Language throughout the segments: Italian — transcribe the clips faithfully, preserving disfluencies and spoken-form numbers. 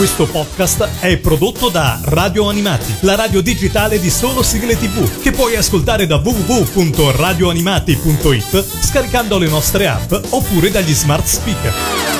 Questo podcast è prodotto da Radio Animati, la radio digitale di solo sigle tivù, che puoi ascoltare da w w w punto radio animati punto i t scaricando le nostre app oppure dagli smart speaker.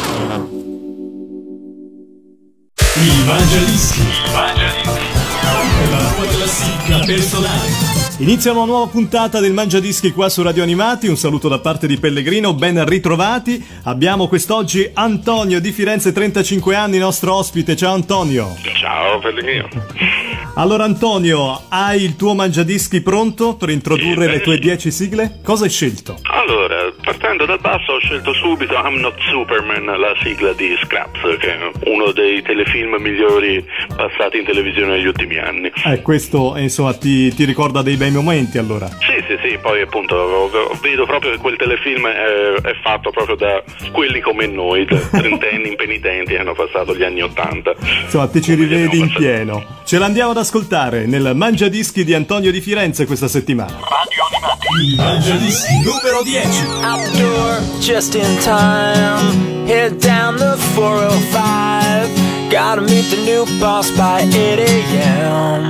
Il Mangiadischi. Il Mangiadischi. La tua classifica personale. Inizia una nuova puntata del Mangiadischi qua su Radio Animati. Un saluto da parte di Pellegrino, ben ritrovati. Abbiamo quest'oggi Antonio di Firenze, trentacinque anni, nostro ospite. Ciao Antonio. Ciao Pellegrino. Allora Antonio, hai il tuo Mangiadischi pronto per introdurre sì, le tue dieci sigle? Cosa hai scelto? Allora, partendo dal basso ho scelto subito I'm Not Superman, la sigla di Scraps, che è uno dei telefilm migliori passati in televisione negli ultimi anni. Eh, questo insomma ti, ti ricorda dei bei momenti allora? Sì, sì, sì, poi appunto vedo proprio che quel telefilm è, è fatto proprio da quelli come noi, da trentenni impenitenti che hanno passato gli anni Ottanta. Insomma, ti ci rivedi in pieno. Ce l'andiamo ad ascoltare nel Mangiadischi di Antonio di Firenze questa settimana. Radio Animati. Il Mangiadischi numero dieci. Outdoor, just in time. Head down the four oh five. Gotta meet the new boss by eight a.m.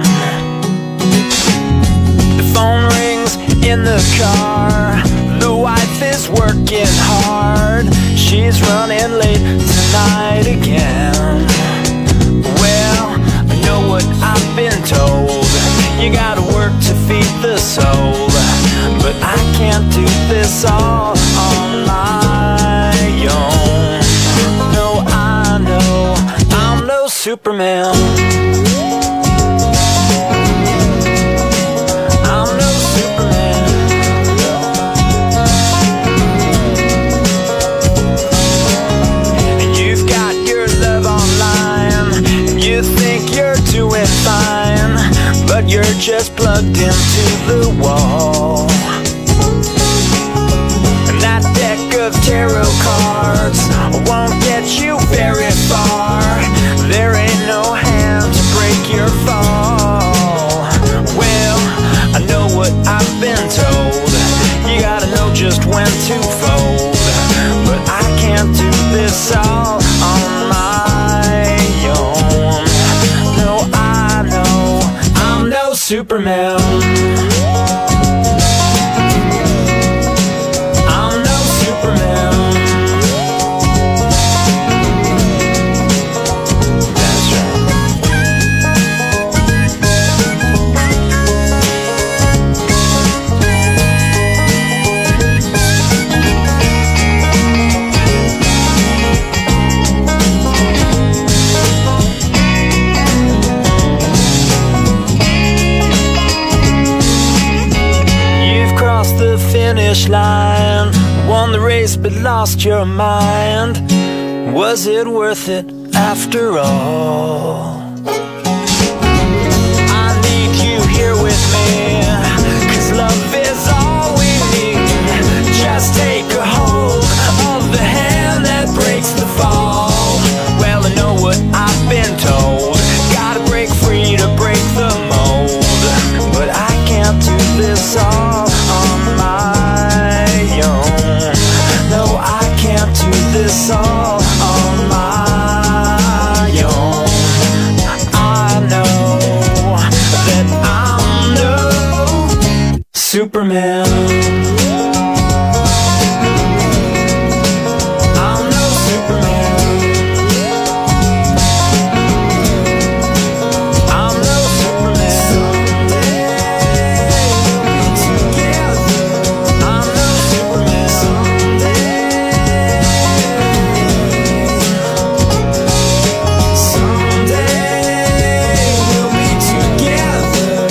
The phone rings in the car. The wife is working hard. She's running late tonight again. Well, I know what I've been told. You gotta work to feed the soul. But I can't do this all on my own. No, I know I'm no Superman. I'm no Superman. And you've got your love online, and you think you're doing fine, but you're just plugged into the wall. And that deck of tarot cards won't get you very far. There ain't no hand to break your fall. Well, I know what I've been told. You gotta know just when to fold. But I can't do this all on my own. No, I know I'm no Superman. I'm no Superman. That's right. You've crossed the finish line, won the race but lost your mind. Was it worth it after all? I need you here with me, 'cause love is all we need. Just take a hold of the hand that breaks the fall. Well, I know what I've been told. Gotta break free to break the mold. But I can't do this all on my own. No, I can't do this all on my own. I know that I'm no Superman. I'm no Superman. I'm no Superman. I'm no Superman. Someday we'll be together.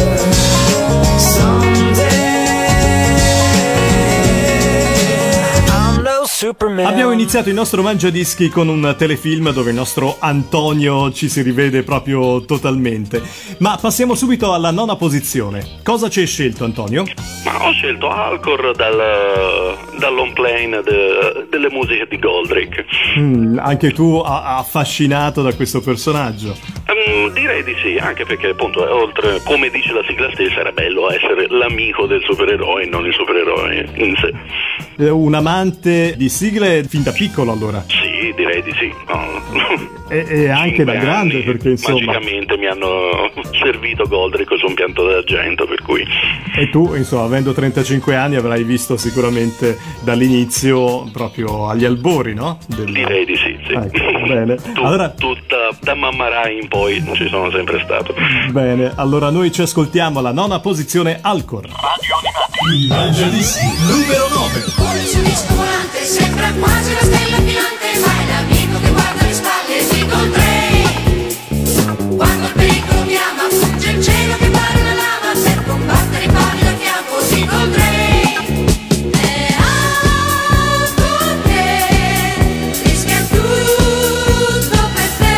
Someday I'm no Superman. Abbiamo iniziato il nostro Mangiadischi con un telefilm dove il nostro Antonio ci si rivede proprio totalmente. Ma passiamo subito alla nona posizione. Cosa ci hai scelto, Antonio? Ma ho scelto Alcor dal, dall'on plane de, delle musiche di Goldrake. Mm, anche tu a- affascinato da questo personaggio. Um, direi di sì, anche perché appunto oltre, come dice la sigla stessa, era bello essere l'amico del supereroe e non il supereroe in sé. Eh, Un amante di sigle fin da piccolo allora. Sì, direi di sì. No. E, e anche da grande, perché insomma magicamente mi hanno servito Goldrick su un pianto d'argento, per cui. E tu, insomma, avendo trentacinque anni avrai visto sicuramente dall'inizio proprio agli albori, no? Del... Direi di sì, sì. Ecco, bene. Tu, allora... Tutta, da Mamma Rai in poi ci sono sempre stato. Bene, allora noi ci ascoltiamo la nona posizione, Alcor. Radio Animati. Il Mangiadischi numero nove. Pure sul disco volante sembra quasi una stella filante, ma è l'amico che guarda le spalle e si contrei. Quando il pericolo chiama, funge il cielo che pare una lama, per combattere i pali da fianco si contrei. E Alcor che rischia tutto per te.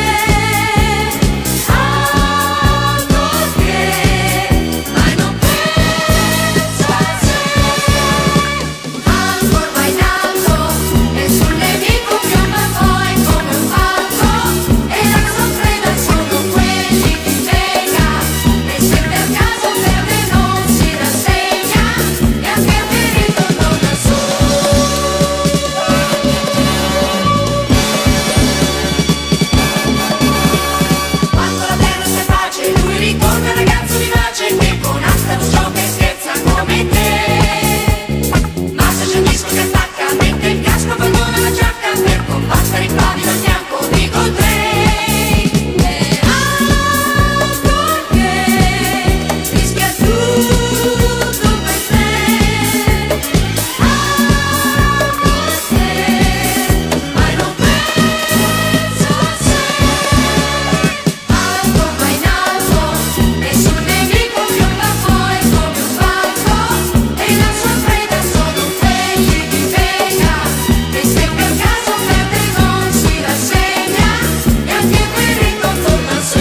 Alcor che mai non pensa a sé. Alcor va in alto e sul nemico piomba poi come un falco, e la sorpresa sono quelli che pega, e se per caso perde non si rassegna, e anche il perito torna su. Quando la terra sta in pace, lui ritorna ragazzo vivace, che con asta non gioca e scherza come te. Ma se c'è un disco che attacca, mette il casco, abbandona la giacca, per combattere i plavi dal fianco di Coltrei. E Alcor che rischia tutto per te. Alcor che mai non pensa a sé. Alcor va in alto e sul nemico piomba poi come un falco, e la sua preda sono quelli di pega, e se per caso perde non si rassegna, e anche il perito torna su.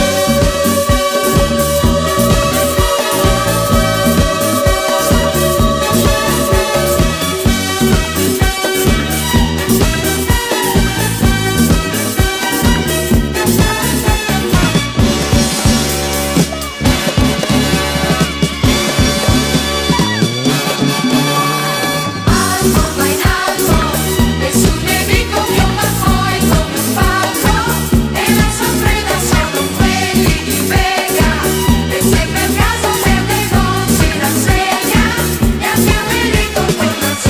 Alcor va in alto e sul nemico piomba poi come un falco, e la sua preda sono quelli di pega, e se per caso perde non si rassegna, e anche il perito torna su.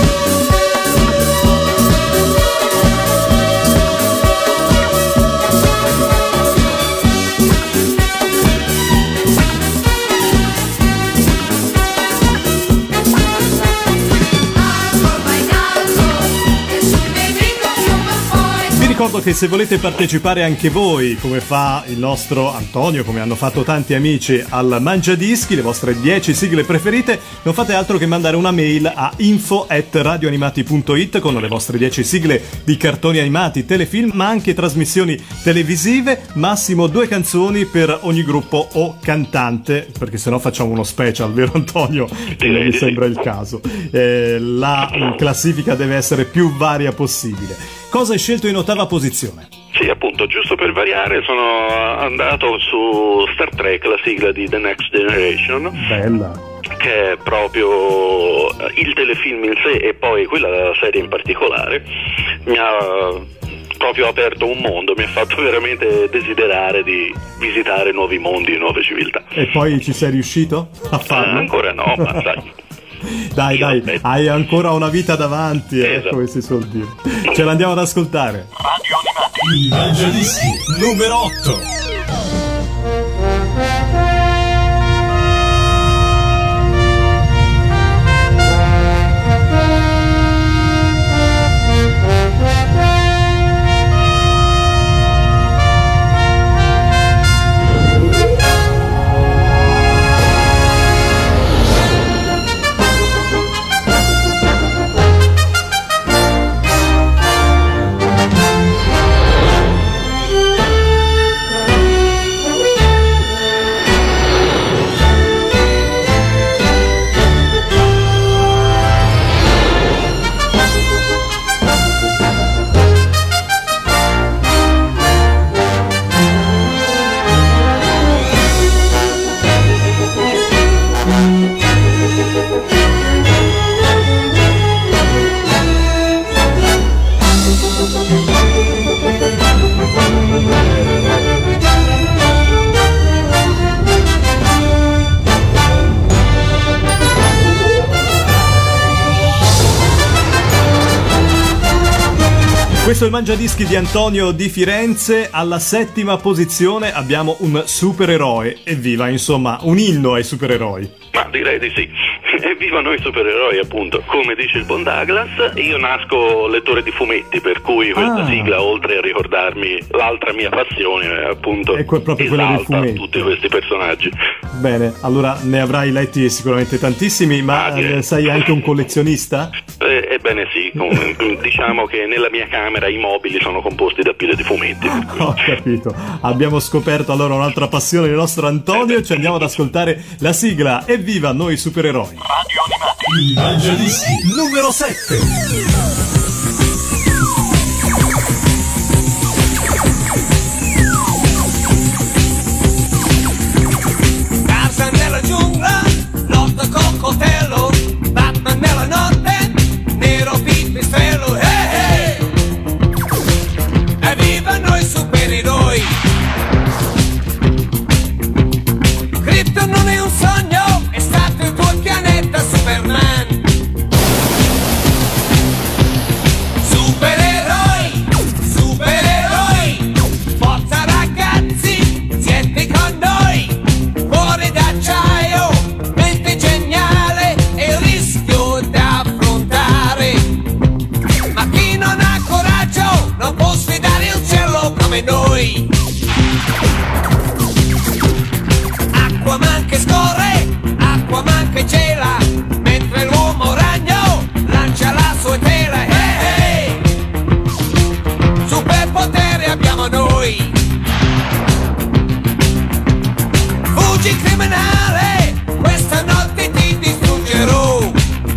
Alcor va in alto e sul nemico piomba poi. Vi ricordo che se volete partecipare anche voi, come fa il nostro Antonio, come hanno fatto tanti amici, al Mangiadischi, le vostre dieci sigle preferite, non fate altro che mandare una mail a info at radioanimati punto it con le vostre dieci sigle di cartoni animati, telefilm, ma anche trasmissioni televisive, massimo due canzoni per ogni gruppo o cantante, perché sennò facciamo uno special, vero Antonio? Che non mi sembra il caso. Eh, la classifica deve essere più varia possibile. Cosa hai scelto in ottava posizione? Sì, appunto, giusto per variare sono andato su Star Trek, la sigla di The Next Generation, Bella. che è proprio il telefilm in sé e poi quella serie in particolare. Mi ha proprio aperto un mondo, mi ha fatto veramente desiderare di visitare nuovi mondi e nuove civiltà. E poi ci sei riuscito a Eh, farlo? ancora no, ma dai. Dai, Io dai, aspetto. hai ancora una vita davanti, eh, Esatto. come si suol dire. Ce l'andiamo ad ascoltare. Radio Animati. Il Mangiadischi numero otto. Questo è il Mangiadischi di Antonio di Firenze. Alla settima posizione abbiamo un supereroe. Evviva, insomma, un inno ai supereroi. Ma direi di sì. Evviva noi supereroi, appunto. Come dice il buon Douglas, io nasco lettore di fumetti, per cui questa Ah. sigla, oltre a ricordarmi l'altra mia passione, appunto, È que- proprio quella dei esalta fumetti. tutti questi personaggi. Bene, allora ne avrai letti sicuramente tantissimi, ma Ah, direi. eh, sei anche un collezionista? Eh, ebbene sì, com- diciamo che nella mia camera i mobili sono composti da pile di fumetti. per cui- Ho capito. Abbiamo scoperto allora un'altra passione del nostro Antonio. Ci andiamo ad ascoltare la sigla. Evviva noi supereroi. Il Mangiadischi numero sette. Tarzan nella giungla, lotta col coltello, Batman nella notte, nero pipistrello, hey hey! Evviva noi supereroi! Krypton non è un sogno, è stato il tuo pianeta, Superman! Supereroi, supereroi, forza ragazzi, siete con noi! Cuore d'acciaio, mente geniale e il rischio da affrontare. Ma chi non ha coraggio non può sfidare il cielo come noi. Aquaman che scorre, Aquaman che gela, mentre l'uomo ragno lancia la sua tela. Hey, hey! Superpotere abbiamo noi. Fuggi criminale, questa notte ti distruggerò.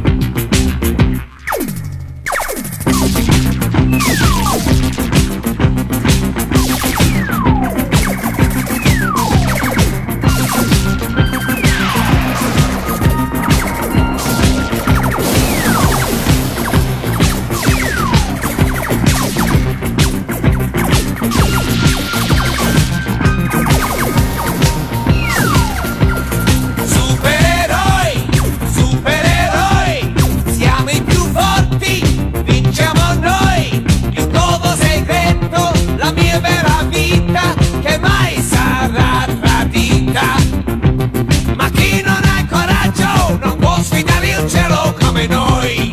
Supereroi, supereroi, siamo i più forti, vinciamo noi. Il codo segreto, la mia vera vita, che mai sarà tradita. Ma chi non ha coraggio non può sfidare il cielo come noi.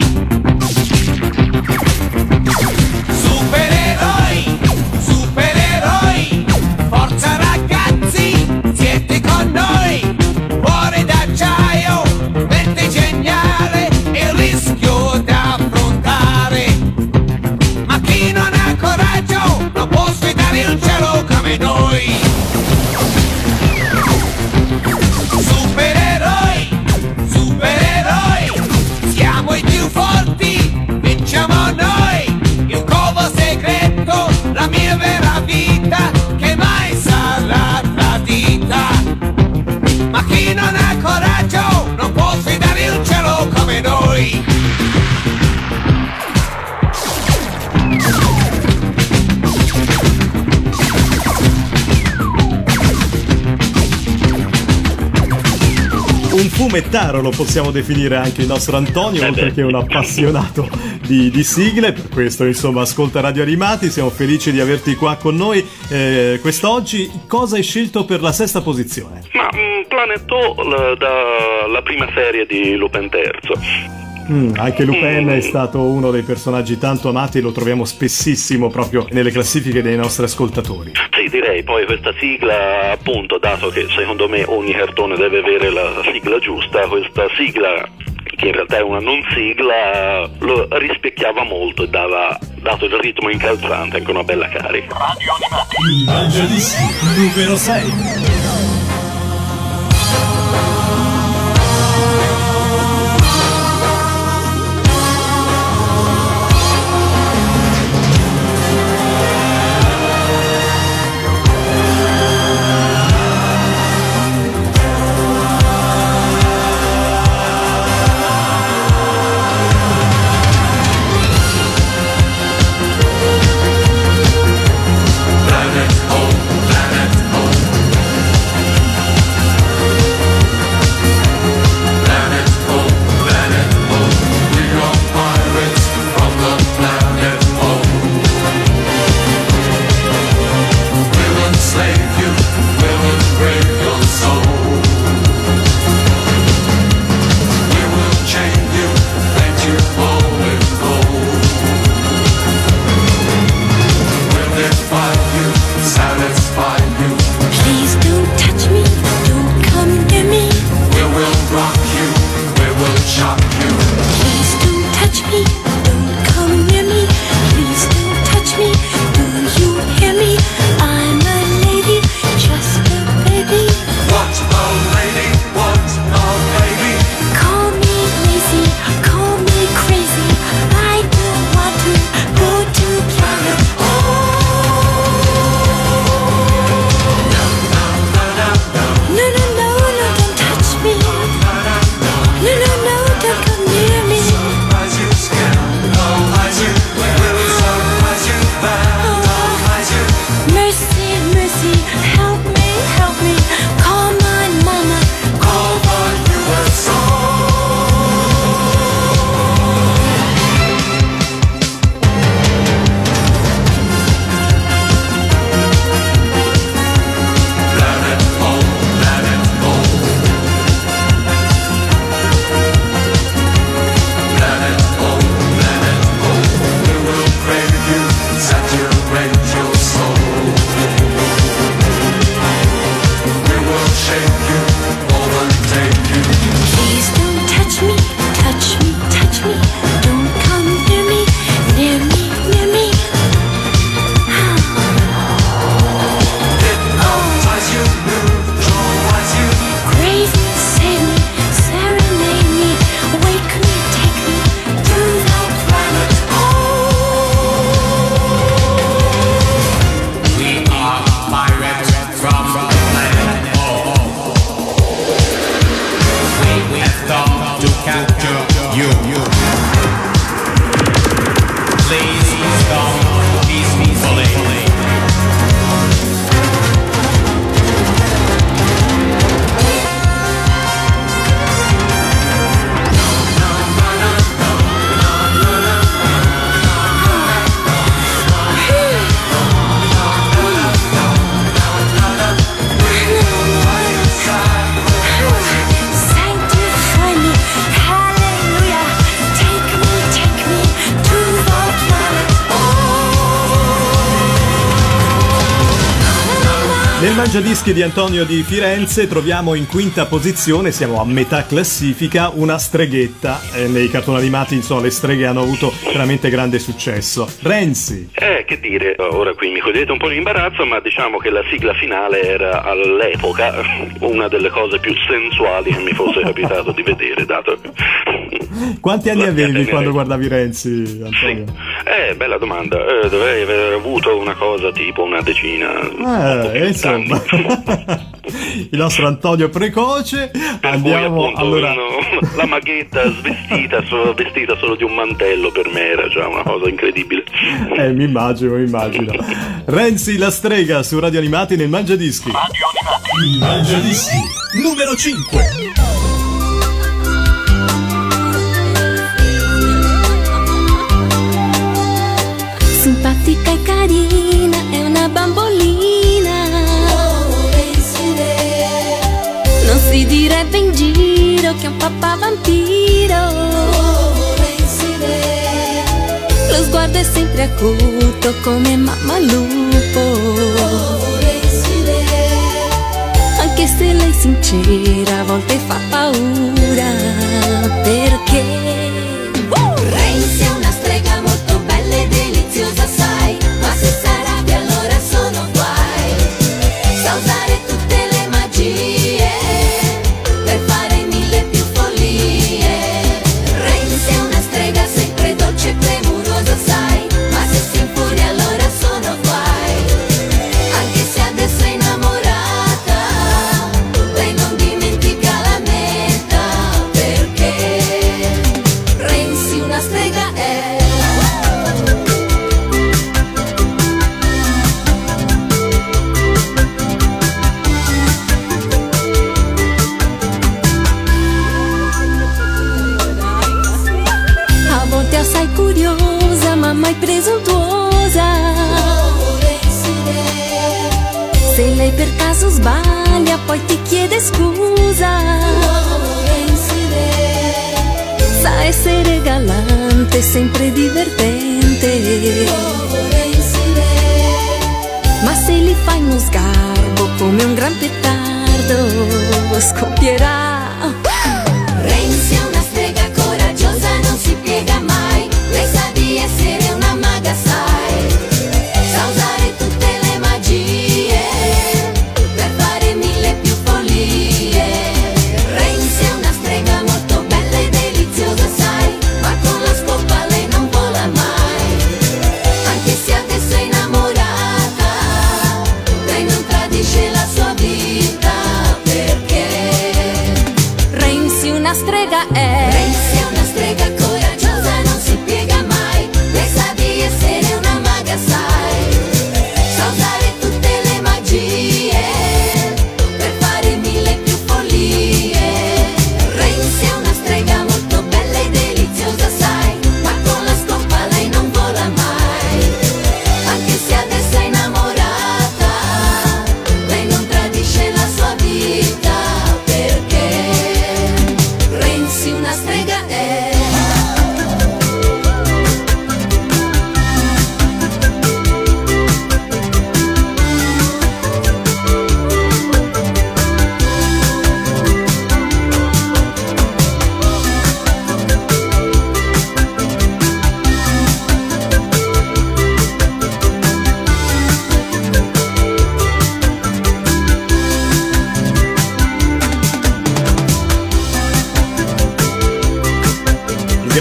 Supereroi, supereroi, forza ragazzi, siete con noi. Cuore d'acciaio, mente geniale e il rischio da affrontare. Ma chi non ha coraggio non può sfidare il cielo come noi. Supereroi, supereroi, siamo i più forti, vinciamo noi. Il covo segreto, la mia vera vita, che mai sarà tradita. Ma chi non ha coraggio non può sfidare il cielo come noi. Un fumettaro lo possiamo definire anche il nostro Antonio, Eh oltre beh. che un appassionato di, di sigle. Per questo, insomma, ascolta Radio Animati. Siamo felici di averti qua con noi eh, quest'oggi. Cosa hai scelto per la sesta posizione? Ma mm, Planetò, la, dalla prima serie di Lupin terzo. Mm, anche Lupin Mm. è stato uno dei personaggi tanto amati, lo troviamo spessissimo proprio nelle classifiche dei nostri ascoltatori. Sì, direi, poi questa sigla, appunto, dato che secondo me ogni cartone deve avere la sigla giusta, questa sigla, che in realtà è una non sigla, lo rispecchiava molto e dava, dato il ritmo incalzante, anche una bella carica. Il Mangiadischi numero sei. mercy, help me, help me. Call my mama, call the U S O. Nel Mangiadischi di Antonio di Firenze troviamo in quinta posizione, siamo a metà classifica, una streghetta. Eh, nei cartoni animati, insomma, le streghe hanno avuto veramente grande successo. Renzi. Eh, che dire, ora qui mi cogliete un po' in imbarazzo, ma diciamo che la sigla finale era all'epoca una delle cose più sensuali che mi fosse capitato di vedere, dato... Quanti anni La avevi tenere... quando guardavi Renzi, Antonio? Sì. Eh, bella domanda. Eh, dovrei aver avuto una cosa tipo una decina. Eh, insomma. Il nostro Antonio precoce. Per Andiamo cui, appunto, allora. No, la maghetta svestita, solo, vestita solo di un mantello, per me era già una cosa incredibile. Eh, mi immagino, mi immagino. Renzi la strega su Radio Animati nel Mangiadischi. Radio Animati. Il Mangiadischi numero cinque. Simpatica e carina, è una bambolina. Non si direbbe in giro che è un papà vampiro. Lo sguardo è sempre acuto come mamma lupo. Anche se lei è sincera, a volte fa paura. Perché Renzi è una strega molto bella e deliziosa, sai, ma se s'arrabbia allora sono guai. Sa usare tutte le magie per fare mille più follie. Renzi è una strega sempre dolce e premurosa, sai, ma se si infuria allora sono guai. Anche se adesso è innamorata, lei non dimentica la meta, perché Renzi una strega è. a volte assai curiosa, ma mai presuntuosa. Se lei per caso sbaglia, poi ti chiede scusa. Sa essere galante, sempre divertente. Ma se li fai uno sgarbo come un gran petardo, scoppierà. Renzi è una strega coraggiosa, non si piega mai. Lei sa di essere una maga, sai. Sa usare tutte le magie per fare mille più follie. Renzi è una strega molto bella e deliziosa, sai, ma con la scopa lei non vola mai. Anche se adesso è innamorata, lei non tradisce la sua vita, perché Renzi una strega è. Renzi è una strega coraggiosa, non si piega mai. Lei sa di essere una maga, sai. Sa usare tutte le magie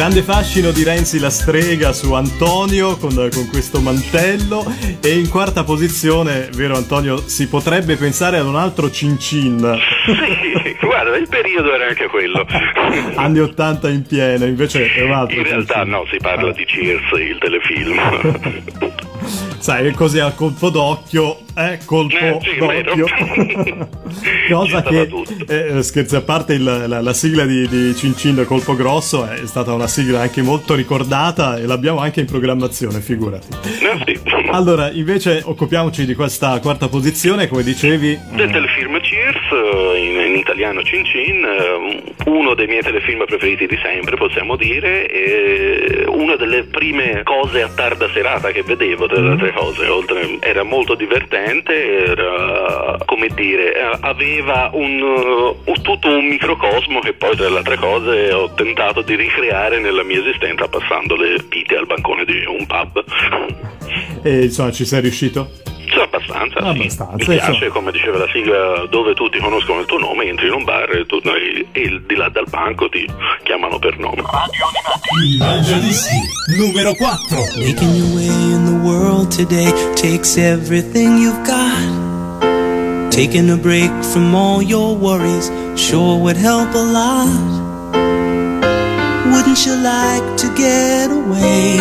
grande fascino di Renzi la strega su Antonio con, con questo mantello, e in quarta posizione, vero Antonio, si potrebbe pensare ad un altro Cin Cin. Sì, guarda, il periodo era anche quello. Anni ottanta in pieno, invece è un altro. In realtà Cin Cin. no, si parla di Cheers, il telefilm. Sai, così al colpo d'occhio, eh, colpo Eh, sì, d'occhio. Cosa che, eh, scherzi a parte, il, la, la sigla di, di Cin Cin Colpo Grosso è stata una sigla anche molto ricordata e l'abbiamo anche in programmazione, figurati. Eh, sì. Allora, invece occupiamoci di questa quarta posizione, come dicevi. Del telefilm Cheers, in, in italiano Cin Cin, uno dei miei telefilm preferiti di sempre, possiamo dire, e una delle prime cose a tarda serata che vedevo, tra le altre cose, oltre, era molto divertente, era, come dire, aveva un, un tutto un microcosmo che poi, tra le altre cose, ho tentato di ricreare nella mia esistenza passando le vite al bancone di un pub. E insomma, ci sei riuscito? Sì, abbastanza, abbastanza sì. Mi piace, insomma. come diceva la sigla, dove tutti conoscono il tuo nome, entri in un bar e, tu, e, e di là dal banco ti chiamano per nome. Il Mangiadischi numero quattro. Making your way in the world today takes everything you've got. Taking a break from all your worries sure would help a lot. Wouldn't you like to get away?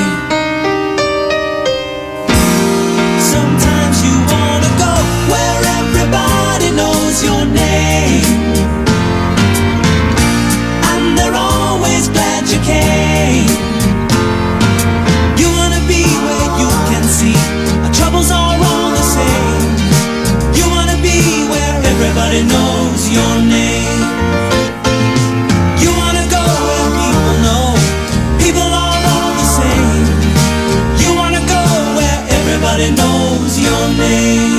Sometimes you wanna go where everybody knows your name, and they're always glad you came. You wanna be where you can see our troubles are all the same. You wanna be where everybody knows your name. You wanna go where people know people are all the same. You wanna go where everybody knows your name.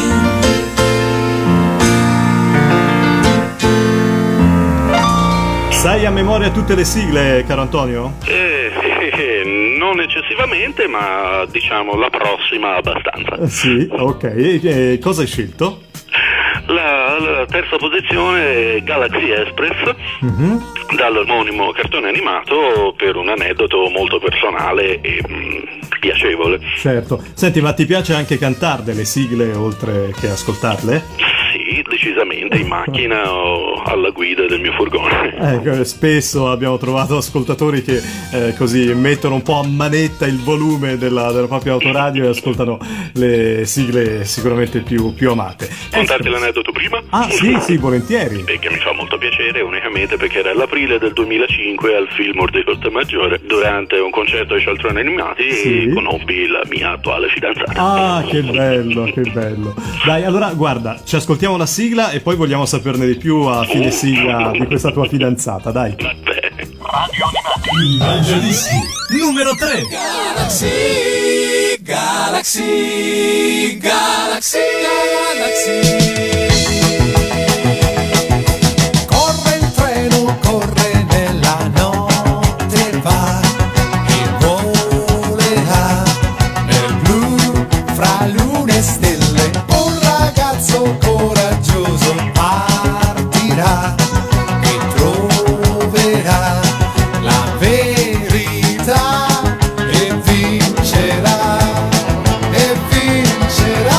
Sai a memoria tutte le sigle, caro Antonio? Eh, eh, non eccessivamente, ma diciamo la prossima abbastanza. Eh, Sì, ok. E, e cosa hai scelto? La, la terza posizione è Galaxy Express, dall'omonimo cartone animato, per un aneddoto molto personale e mm, piacevole. Certo. Senti, ma ti piace anche cantarle le sigle oltre che ascoltarle? Sì, decisamente, in macchina o alla guida del mio furgone. Ecco, spesso abbiamo trovato ascoltatori che eh, così mettono un po' a manetta il volume della, della propria autoradio e ascoltano le sigle sicuramente più, più amate. Contarti l'aneddoto prima? Ah, sì, sì, volentieri. E che mi fa molto piacere, unicamente perché era l'aprile del duemilacinque al Fillmore di Costermaggiore, durante un concerto ai Cialtroni Animati, Sì. e conobbi la mia attuale fidanzata. Ah, che bello, che bello. Dai, allora, guarda, ci ascoltiamo la sigla e poi vogliamo saperne di più a fine sigla di questa tua fidanzata, dai. Beh, Il Mangiadischi numero tre. Galaxy, Galaxy, Galaxy, Galaxy. Corre il treno, corre nella notte, va e volerà nel blu fra lune e stelle. Un ragazzo coraggioso partirà e troverà la verità e vincerà, e vincerà.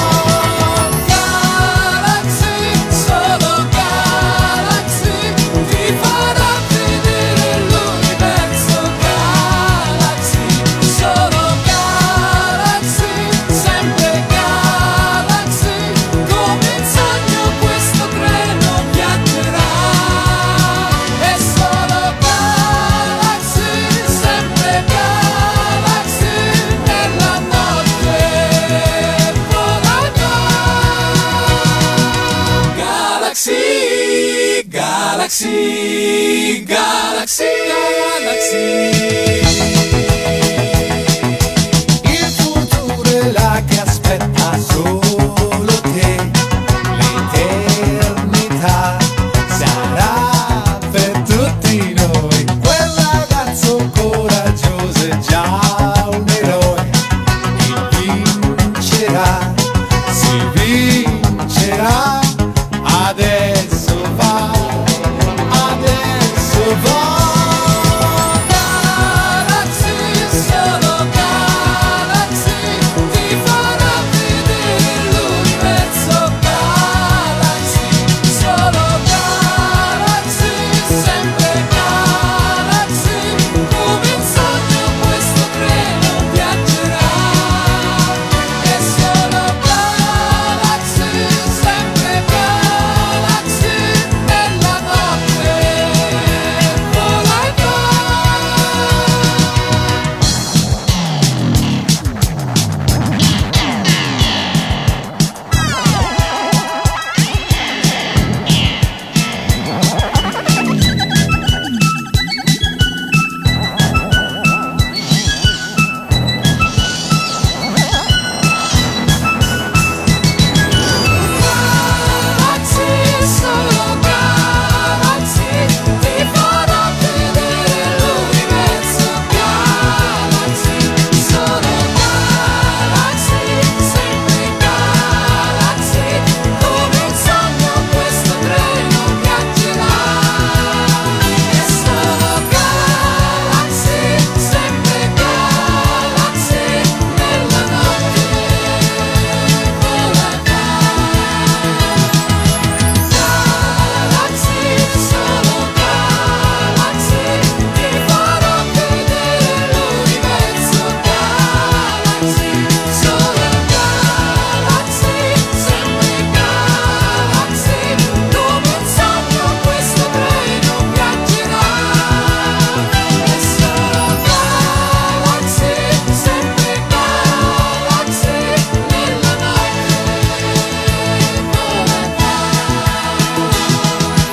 Galaxy, solo Galaxy ti farà vedere l'universo. Galaxy, solo Galaxy, sempre Galaxy, come in sogno questo treno viaggerà. È solo Galaxy, sempre Galaxy, nella notte volerà. Galaxy, Galaxy, Galaxy, Galaxy. Il futuro è là che aspetta solo te. L'eternità sarà per tutti noi. Quel ragazzo coraggioso è già un eroe. E vincerà, si vincerà. Adesso va, adesso va.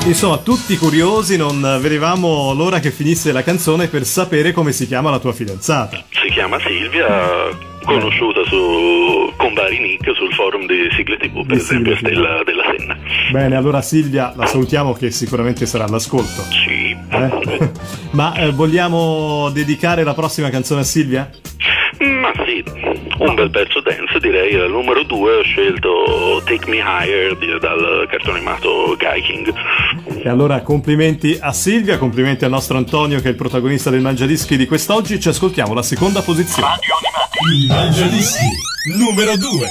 Insomma, tutti curiosi, non vedevamo l'ora che finisse la canzone per sapere come si chiama la tua fidanzata. Si chiama Silvia, conosciuta su, con vari nick sul forum di Sigle tivù, per Di esempio Sigle Stella della Senna. Bene, allora Silvia la salutiamo, che sicuramente sarà all'ascolto. Sì. Eh? Ma eh, vogliamo dedicare la prossima canzone a Silvia? Ma sì, un bel pezzo dance, direi. Al numero due ho scelto Take Me Higher di- dal cartone animato Guy King. E allora complimenti a Silvia, complimenti al nostro Antonio che è il protagonista del Mangiadischi di quest'oggi. Ci ascoltiamo la seconda posizione. Il Mangiadischi numero due.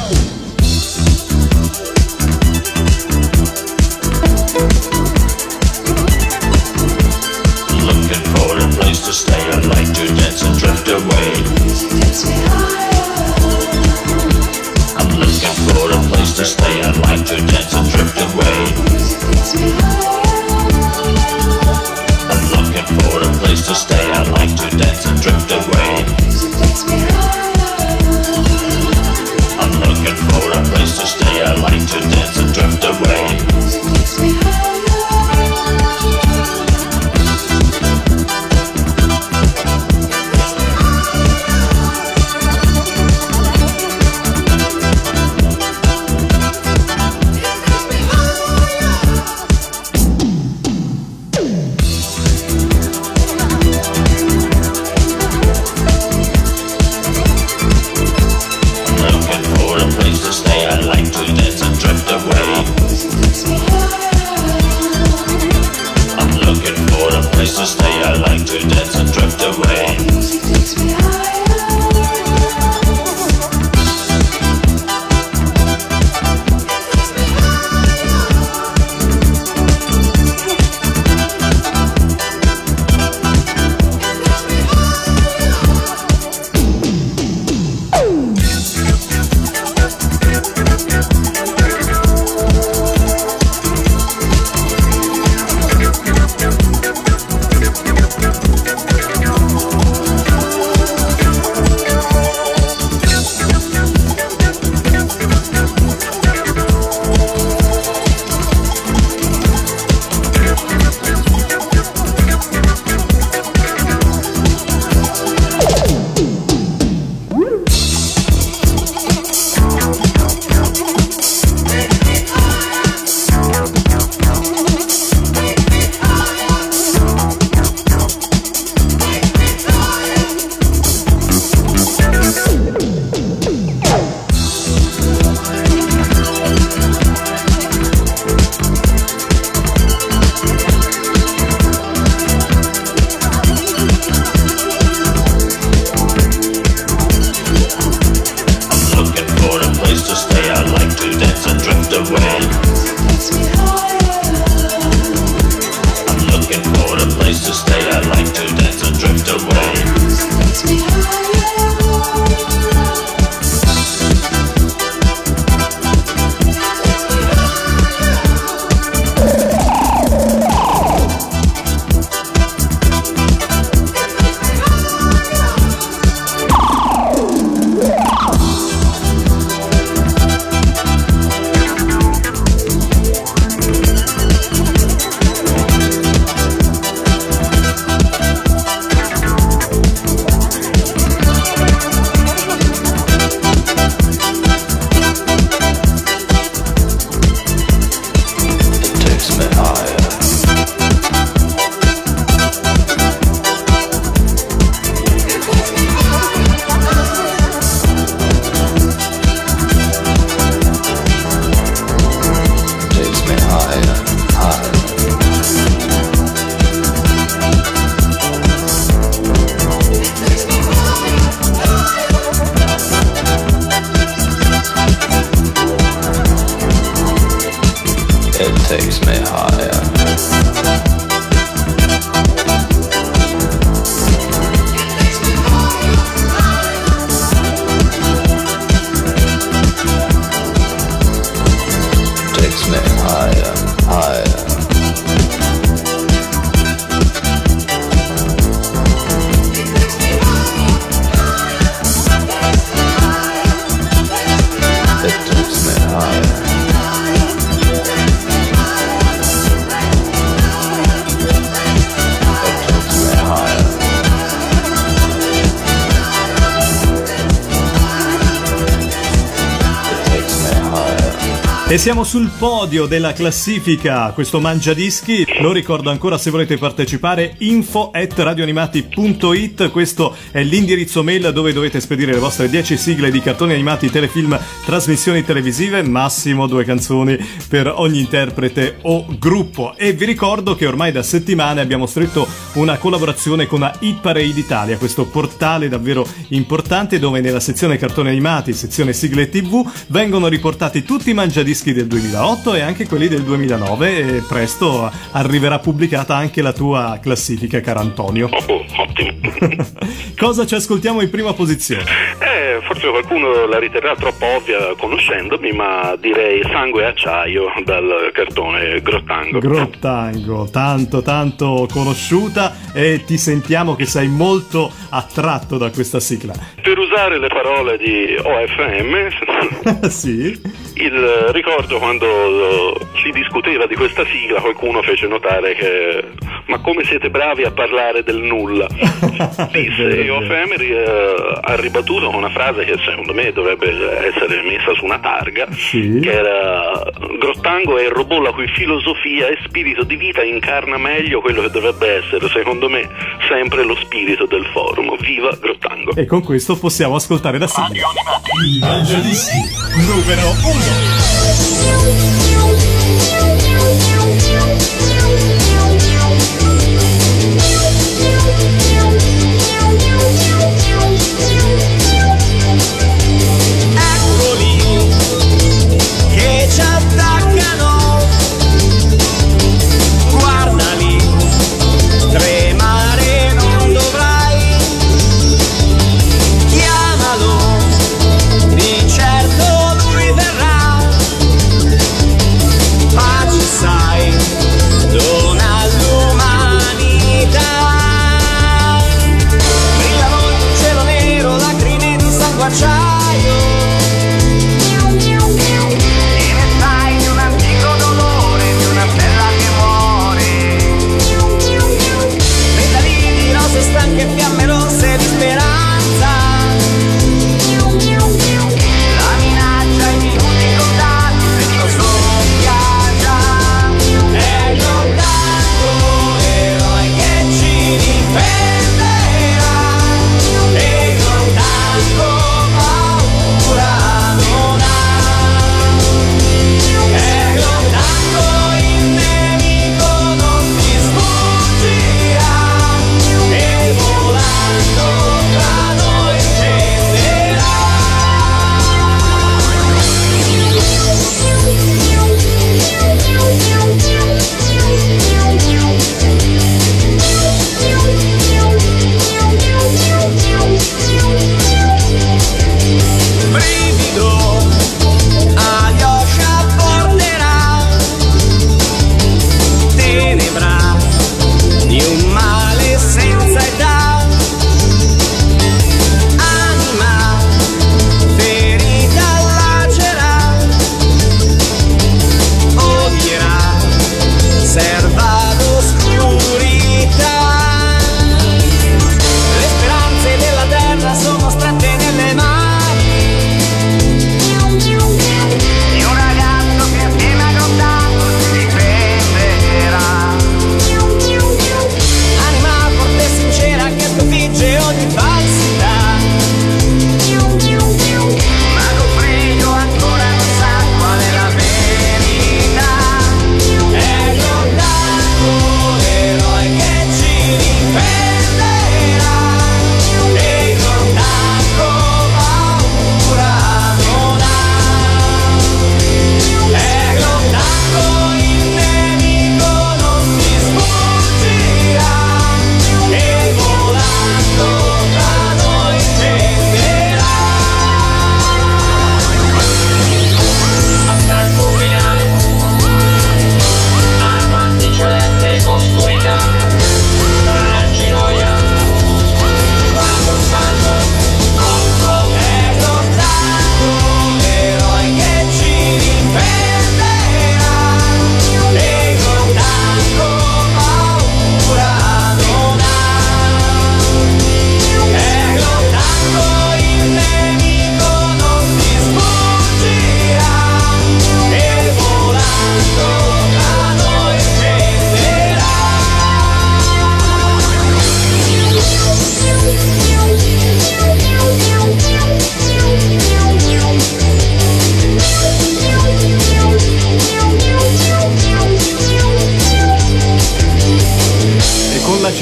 Looking for a place to stay, I'd like to dance and drift away. I'm looking for a place to stay, I'd like to dance and drift away. I'm looking for a place to stay, I'd like to dance and drift away. I'm looking for a place to stay, I'd like to dance and drift away. Looking for a place to stay, I'd like to dance and drift away. I'm looking for a place to stay, I'd like to dance and drift away. E siamo sul podio della classifica, questo Mangiadischi. Lo ricordo ancora, se volete partecipare, info at radioanimati punto it. Questo è l'indirizzo mail dove dovete spedire le vostre dieci sigle di cartoni animati, telefilm, trasmissioni televisive, massimo due canzoni per ogni interprete o gruppo. E vi ricordo che ormai da settimane abbiamo stretto una collaborazione con la Hit Parade Italia, questo portale davvero importante dove nella sezione cartoni animati, sezione sigle tivù, vengono riportati tutti i mangiadischi del duemilaotto e anche quelli del duemilanove, e presto arriverà pubblicata anche la tua classifica, caro Antonio. Oh, ottimo. Cosa ci ascoltiamo in prima posizione? Eh, forse qualcuno la riterrà troppo ovvia conoscendomi, ma direi Sangue e acciaio dal cartone Grottango. Grottango, tanto tanto conosciuta, e ti sentiamo che sei molto attratto da questa sigla. Per usare le parole di O F M, sì, il ricordo quando si discuteva di questa sigla, qualcuno fece notare che ma come siete bravi a parlare del nulla. Disse, e O F M eh, ha ribattuto con una frase che secondo me dovrebbe essere messa su una targa, sì, che era: Grottango è il robot la cui filosofia e spirito di vita incarna meglio quello che dovrebbe essere, secondo me, sempre lo spirito del forum. Viva Grottango! E con questo possiamo ascoltare la sigla. Il Mangiadischi numero uno. Che ci attaccano, guardali, tremare non dovrai, chiamalo, di certo lui verrà,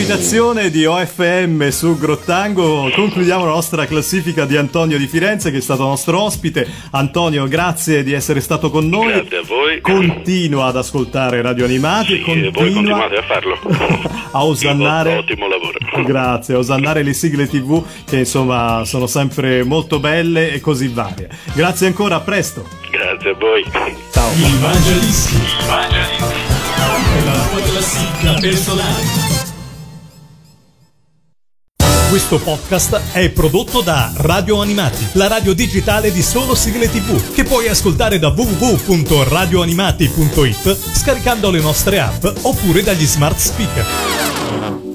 combinazione di O F M su Grottango concludiamo la nostra classifica di Antonio di Firenze, che è stato nostro ospite. Antonio, grazie di essere stato con noi. Grazie a voi. Continua ad ascoltare Radio Animati Sì, e continua voi continuate a farlo. a osannare. Ottimo lavoro. Grazie, a osannare le sigle tivù che insomma sono sempre molto belle e così varie. Grazie ancora, a presto. Grazie a voi. Ciao. Il Mangiadischi. Il Mangiadischi. La tua classifica personale. Questo podcast è prodotto da Radio Animati, la radio digitale di solo sigle tivù, che puoi ascoltare da w w w punto radioanimati punto it scaricando le nostre app oppure dagli smart speaker.